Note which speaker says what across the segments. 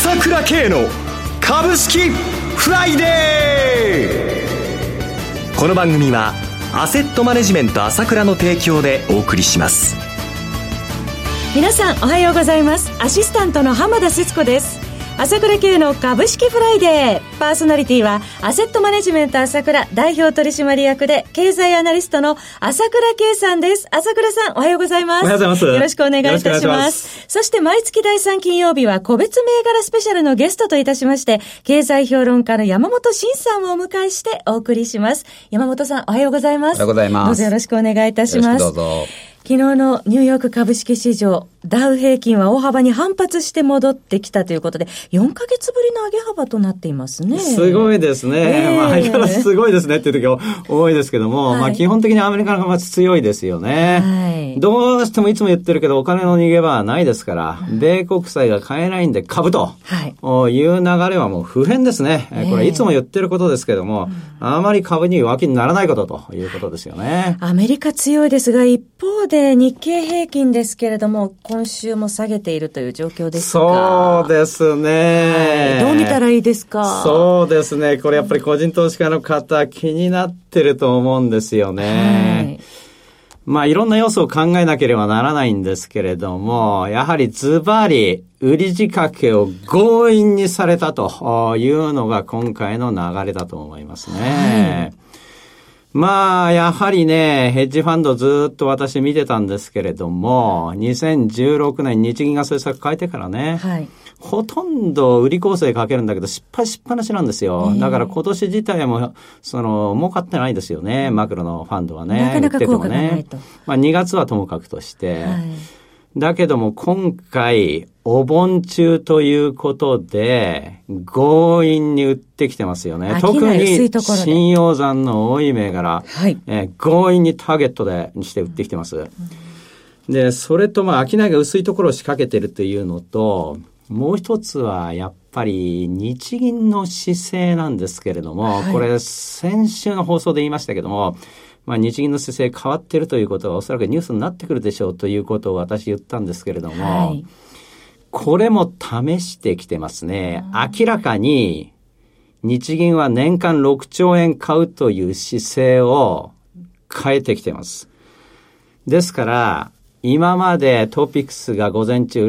Speaker 1: 朝倉慶の株式フライデー。この番組はアセットマネジメント朝倉の提供でお送りします。
Speaker 2: 皆さんおはようございます。アシスタントの浜田節子です。朝倉慶の株式フライデー。パーソナリティはアセットマネジメント朝倉代表取締役で経済アナリストの朝倉慶さんです。朝倉さんおはようございます。
Speaker 3: おはようございます。
Speaker 2: よろしくお願いいたします。そして毎月第3金曜日は個別銘柄スペシャルのゲストといたしまして、経済評論家の山本慎さんをお迎えしてお送りします。山本さんおはようございます。
Speaker 3: おはようございます。
Speaker 2: どうぞよろしくお願いいたします。
Speaker 3: どうぞ。
Speaker 2: 昨日のニューヨーク株式市場、ダウ平均は大幅に反発して戻ってきたということで、4ヶ月ぶりの上げ幅となっていますね。
Speaker 3: すごいですね。相変わらずすごいですねっていう時は多いですけども、
Speaker 2: はい、
Speaker 3: 基本的にアメリカの株は強いですよね。
Speaker 2: はい、
Speaker 3: どうしてもいつも言ってるけど、お金の逃げ場はないですから、米国債が買えないんで株と、いう流れはもう不変ですね。これいつも言ってることですけども、あまり株に弱気にならないことということですよね。
Speaker 2: アメリカ強いですが、一方で日経平均ですけれども、今週も下げているという状況ですか。
Speaker 3: そうですね、
Speaker 2: どう見たらいいですか。
Speaker 3: そうですね。これやっぱり個人投資家の方気になってると思うんですよね。いろんな要素を考えなければならないんですけれども、やはりズバリ売り仕掛けを強引にされたというのが今回の流れだと思いますね。やはりね、ヘッジファンドずっと私見てたんですけれども、2016年日銀が政策変えてからね、ほとんど売り構成かけるんだけど失敗しっぱなしなんですよ。だから今年自体も儲かってないですよね、マクロのファンドはね。
Speaker 2: なかなか効果がないと。
Speaker 3: 2月はともかくとして、だけども今回お盆中ということで強引に売ってきてますよね。特に信用残の多い銘柄、強引にターゲットでにして売ってきてます。で、それと商いが薄いところを仕掛けてるというのと、もう一つはやっぱり日銀の姿勢なんですけれども、これ先週の放送で言いましたけども、日銀の姿勢変わっているということはおそらくニュースになってくるでしょうということを私言ったんですけれども、これも試してきてますね。明らかに日銀は年間6兆円買うという姿勢を変えてきてます。ですから今までトピックスが午前中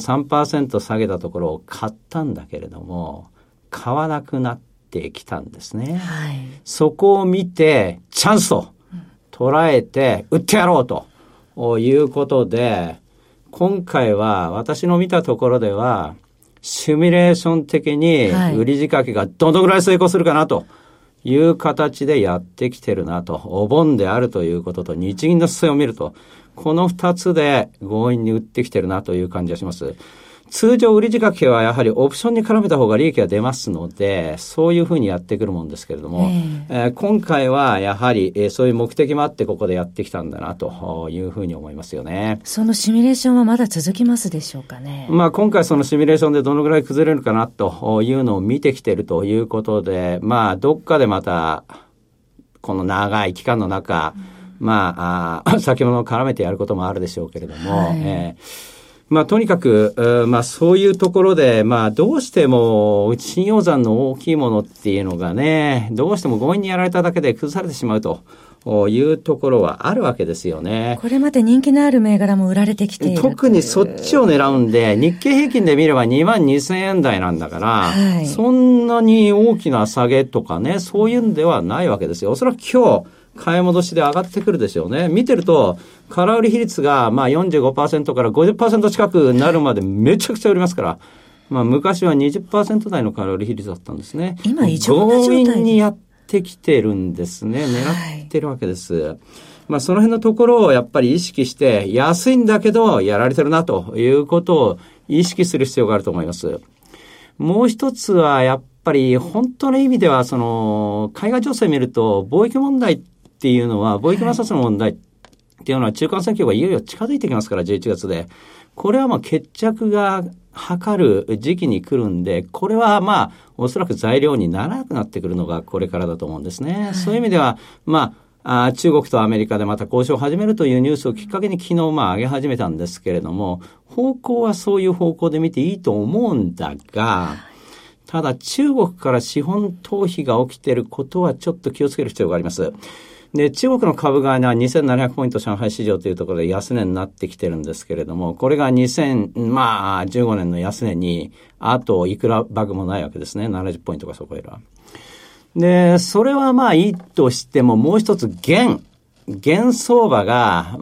Speaker 3: 0.3% 下げたところを買ったんだけれども買わなくなってきたんですね。そこを見てチャンスと捉えて売ってやろうということで、今回は私の見たところではシミュレーション的に売り仕掛けがどのぐらい成功するかなという形でやってきてるなと、お盆であるということと日銀の姿勢を見ると、この2つで強引に売ってきてるなという感じがします。通常売り仕掛けはやはりオプションに絡めた方が利益が出ますので、そういうふうにやってくるもんですけれども、今回はやはり、そういう目的もあってここでやってきたんだなというふうに思いますよね。
Speaker 2: そのシミュレーションはまだ続きますでしょうかね。
Speaker 3: 今回そのシミュレーションでどのぐらい崩れるかなというのを見てきているということで、どっかでまたこの長い期間の中、先物を絡めてやることもあるでしょうけれども、とにかく、そういうところで、どうしても信用残の大きいものっていうのがね、どうしても強引にやられただけで崩されてしまうというところはあるわけですよね。
Speaker 2: これまで人気のある銘柄も売られてきている。
Speaker 3: 特にそっちを狙うんで、日経平均で見れば22,000円台なんだから、そんなに大きな下げとかね、そういうんではないわけですよ。おそらく今日買い戻しで上がってくるでしょうね。見てると空売り比率が45% から 50% 近くなるまでめちゃくちゃ売りますから、昔は 20% 台の空売り比率だったんですね。
Speaker 2: 今異常な状態で
Speaker 3: 強引にやってきてるんですね。狙ってるわけです。その辺のところをやっぱり意識して、安いんだけどやられてるなということを意識する必要があると思います。もう一つはやっぱり本当の意味では海外情勢を見ると貿易問題っていうのは、貿易摩擦の問題っていうのは中間選挙がいよいよ近づいてきますから、11月で。これは決着が図る時期に来るんで、これはおそらく材料にならなくなってくるのがこれからだと思うんですね。そういう意味では、 中国とアメリカでまた交渉を始めるというニュースをきっかけに昨日上げ始めたんですけれども、方向はそういう方向で見ていいと思うんだが、ただ中国から資本逃避が起きていることはちょっと気をつける必要があります。で、中国の株が2700ポイント上海市場というところで安値になってきてるんですけれども、これが2015年の安値にあといくらバグもないわけですね。70ポイントがそこへは。で、それはいいとしても、もう一つ現相場が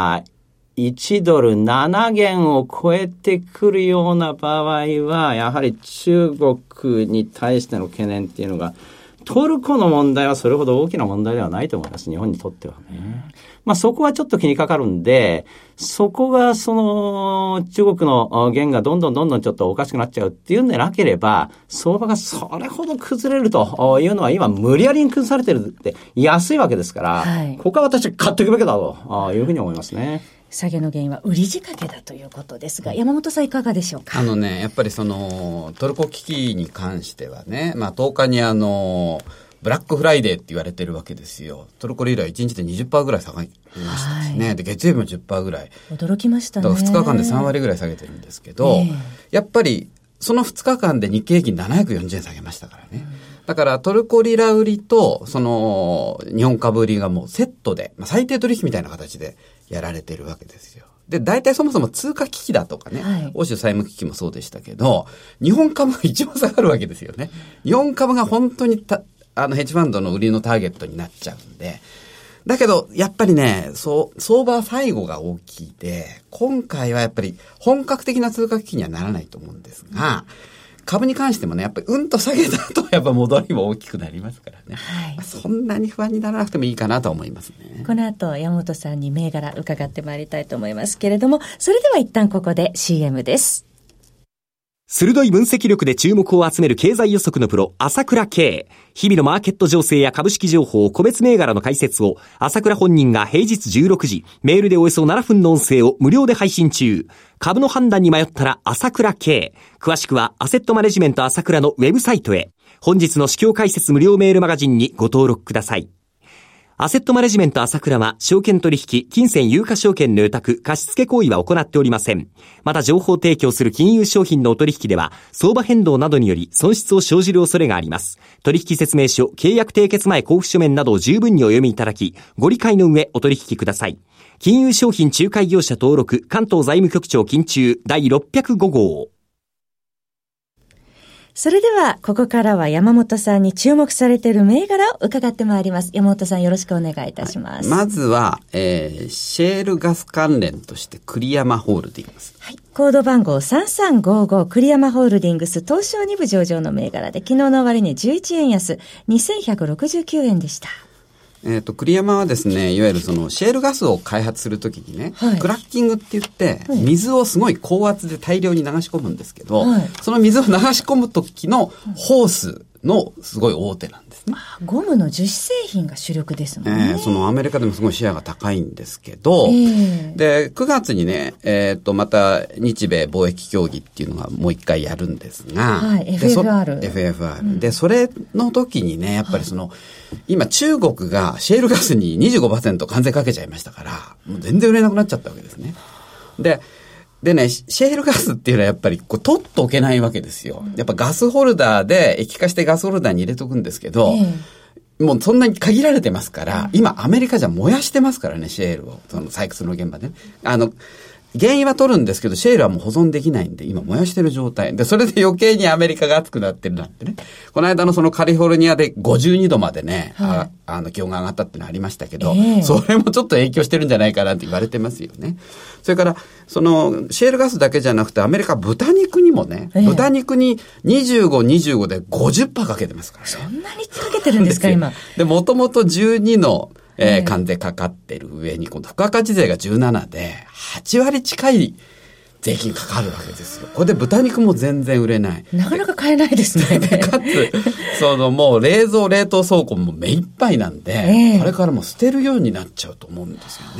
Speaker 3: 1ドル7元を超えてくるような場合は、やはり中国に対しての懸念っていうのが、トルコの問題はそれほど大きな問題ではないと思います。日本にとってはね。そこはちょっと気にかかるんで、そこが中国の元がどんどんちょっとおかしくなっちゃうっていうんでなければ、相場がそれほど崩れるというのは今無理やりに崩されてるって安いわけですから、ここは私は買っていくべきだというふうに思いますね。
Speaker 2: 下げの原因は売り仕掛けだということですが、山本さんいかがでしょうか。
Speaker 4: やっぱりトルコ危機に関してはね、10日にブラックフライデーって言われてるわけですよ。トルコリラは1日で 20% ぐらい下がりましたしね。で、月曜日も 10% ぐらい。
Speaker 2: 驚きましたね。
Speaker 4: だから2日間で3割ぐらい下げてるんですけど、やっぱりその2日間で日経平均740円下げましたからね。だからトルコリラ売りと日本株売りがもうセットで、最低取引みたいな形でやられてるわけですよ。で、大体そもそも通貨危機だとかね、欧州債務危機もそうでしたけど、日本株が一番下がるわけですよね。日本株が本当にヘッジファンドの売りのターゲットになっちゃうんで、だけどやっぱりね、相場は最後が大きいで、今回はやっぱり本格的な通貨危機にはならないと思うんですが、株に関してもね、やっぱりと下げた後やっぱ戻りも大きくなりますからね、そんなに不安にならなくてもいいかなと思いますね。
Speaker 2: この後山本さんに銘柄伺ってまいりたいと思いますけれども、それでは一旦ここで CM です。
Speaker 1: 鋭い分析力で注目を集める経済予測のプロ、朝倉慶。日々のマーケット情勢や株式情報、個別銘柄の解説を、朝倉本人が平日16時、メールでおよそ7分の音声を無料で配信中。株の判断に迷ったら朝倉慶。詳しくはアセットマネジメント朝倉のウェブサイトへ。本日の市況解説無料メールマガジンにご登録ください。アセットマネジメント朝倉は、証券取引、金銭有価証券の受託、貸付行為は行っておりません。また情報提供する金融商品のお取引では、相場変動などにより損失を生じる恐れがあります。取引説明書、契約締結前交付書面などを十分にお読みいただき、ご理解の上お取引ください。金融商品仲介業者登録、関東財務局長金中第605号。
Speaker 2: それではここからは山本さんに注目されている銘柄を伺ってまいります。山本さんよろしくお願いいたします。
Speaker 4: まずは、シェールガス関連として栗山ホールディングス。
Speaker 2: コード番号3355栗山ホールディングス東証2部上場の銘柄で、昨日の終値11円安2169円でした。
Speaker 4: 栗山はですね、いわゆるシェールガスを開発するときにね、クラッキングって言って、水をすごい高圧で大量に流し込むんですけど、その水を流し込むときのホースのすごい大手なんですね。
Speaker 2: ゴムの樹脂製品が主力ですもんね。
Speaker 4: アメリカでもすごいシェアが高いんですけど、で、9月にね、また日米貿易協議っていうのがもう一回やるんですが、FFR。で、それの時にね、やっぱり今中国がシェールガスに 25% 関税かけちゃいましたから、もう全然売れなくなっちゃったわけですね。でね、シェールガスっていうのはやっぱり取っとけないわけですよ。やっぱガスホルダーで液化してガスホルダーに入れとくんですけど、もうそんなに限られてますから、今アメリカじゃ燃やしてますからね、シェールを。採掘の現場でね。原因は取るんですけど、シェールはもう保存できないんで、今燃やしてる状態。で、それで余計にアメリカが熱くなってるなんてね。この間のカリフォルニアで52度までね、気温が上がったってのありましたけど、それもちょっと影響してるんじゃないかなって言われてますよね。それから、シェールガスだけじゃなくて、アメリカ豚肉にもね、豚肉に25で 50% かけてますからね。
Speaker 2: そんなにかけてるんですか、今。
Speaker 4: で、もともと12の、関税かかってる上に、今度付加価値税が17で、8割近い税金かかるわけですよ。これで豚肉も全然売れない。
Speaker 2: なかなか買えないですね。
Speaker 4: かつ、もう冷蔵冷凍倉庫も目いっぱいなんで、これからもう捨てるようになっちゃうと思うんですよね。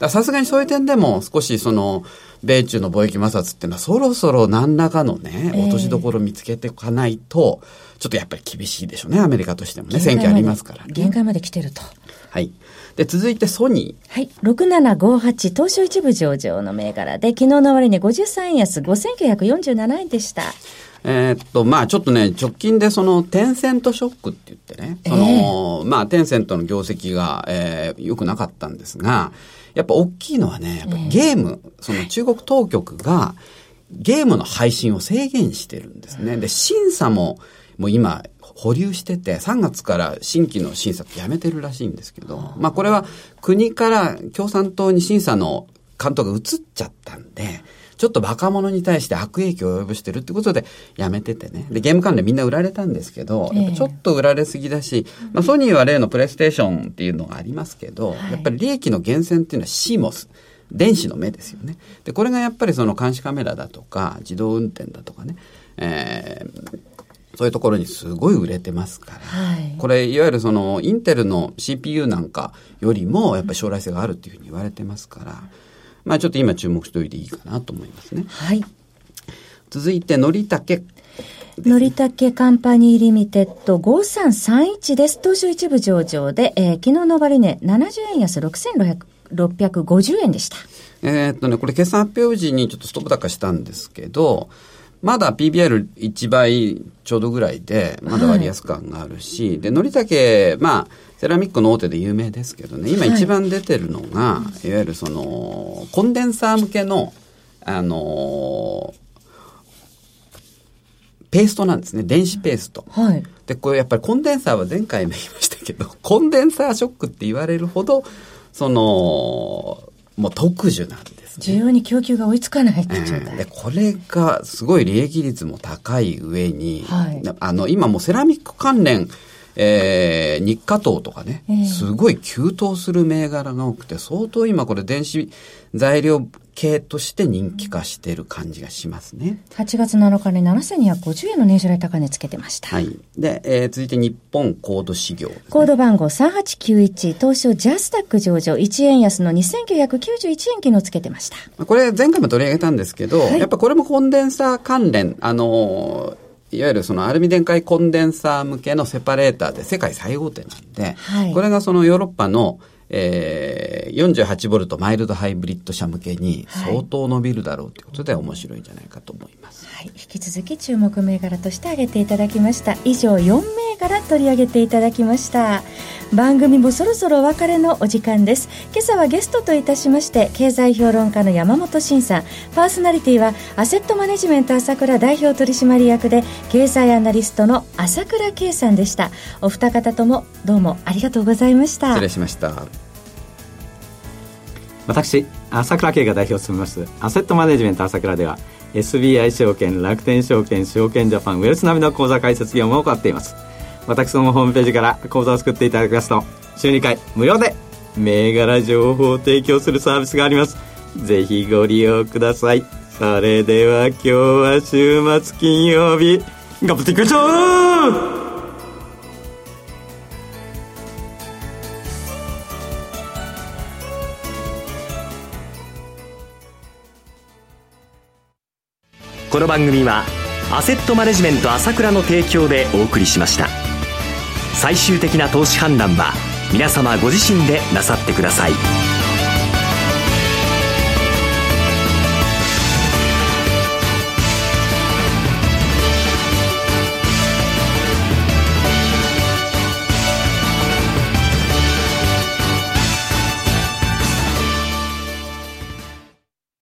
Speaker 4: さすがにそういう点でも少し米中の貿易摩擦っていうのはそろそろ何らかのね、落としどころ見つけておかないと、ちょっとやっぱり厳しいでしょうね、アメリカとしてもね。選挙ありますからね。
Speaker 2: 限界まで来てると。
Speaker 4: はい。で、続いてソニ
Speaker 2: ー。はい。6758東証一部上場の銘柄で、昨日の終値53円安5947円でした。
Speaker 4: まあちょっとね、直近でテンセントショックって言ってね、まあテンセントの業績が、良くなかったんですが、やっぱ大きいのはね、やっぱゲーム、中国当局がゲームの配信を制限してるんですね。で、審査も今保留してて、3月から新規の審査ってやめてるらしいんですけど、まあこれは国から共産党に審査の監督が移っちゃったんで、ちょっと若者に対して悪影響を及ぼしてるってことでやめててね。で、ゲーム関連みんな売られたんですけど、やっぱちょっと売られすぎだし、まあソニーは例のプレイステーションっていうのがありますけど、やっぱり利益の源泉っていうのは CMOS。電子の目ですよね。で、これがやっぱり監視カメラだとか、自動運転だとかね、そういうところにすごい売れてますから、これいわゆるインテルの CPU なんかよりもやっぱり将来性があるっていうふうに言われてますから、まあちょっと今注目しておいていいかなと思いますね。
Speaker 2: はい。
Speaker 4: 続いて、のりたけ。
Speaker 2: のりたけカンパニーリミテッド5331です。東証一部上場で、昨日の終値70円安6650円でした。
Speaker 4: これ決算発表時にちょっとストップ高したんですけど、まだ PBR1 倍ちょうどぐらいで、まだ割安感があるし、で、のりたけ、まあ、セラミックの大手で有名ですけどね、今一番出てるのが、いわゆるコンデンサー向けの、ペーストなんですね。電子ペースト。
Speaker 2: はい。
Speaker 4: で、これやっぱりコンデンサーは前回も言いましたけど、コンデンサーショックって言われるほど、もう特需なんです。
Speaker 2: 需要に供給が追いつかないって状態、
Speaker 4: でこれがすごい利益率も高い上に、今もうセラミック関連、日課等とかね、すごい急騰する銘柄が多くて、相当今これ電子材料系として人気化している感じがしますね。
Speaker 2: 8月7日に7250円の年初来高値つけてました。
Speaker 4: はい。で、続いて日本コード事業、ね、
Speaker 2: コード番号3891東証ジャスタック上場1円安の2991円昨日つけてました。
Speaker 4: これ前回も取り上げたんですけど、やっぱこれもコンデンサー関連、いわゆるアルミ電解コンデンサー向けのセパレーターで世界最大手なんで、これがヨーロッパの48ボルトマイルドハイブリッド車向けに相当伸びるだろうということで面白いんじゃないかと思います。
Speaker 2: はい、引き続き注目銘柄として挙げていただきました。以上4銘柄取り上げていただきました。番組もそろそろお別れのお時間です。今朝はゲストといたしまして経済評論家の山本慎さん、パーソナリティはアセットマネジメント朝倉代表取締役で経済アナリストの朝倉圭さんでした。お二方ともどうもありがとうございました。
Speaker 4: 失礼しました。
Speaker 3: 私朝倉圭が代表を務めますアセットマネジメント朝倉では SBI 証券、楽天証券、証券ジャパン、ウェルスナビの口座開設業務を行っています。私どもホームページから口座を作っていただきますと週2回無料で銘柄情報を提供するサービスがあります。ぜひご利用ください。それでは今日は週末金曜日頑張っていきましょう。
Speaker 1: この番組はアセットマネジメント朝倉の提供でお送りしました。最終的な投資判断は皆様ご自身でなさってください。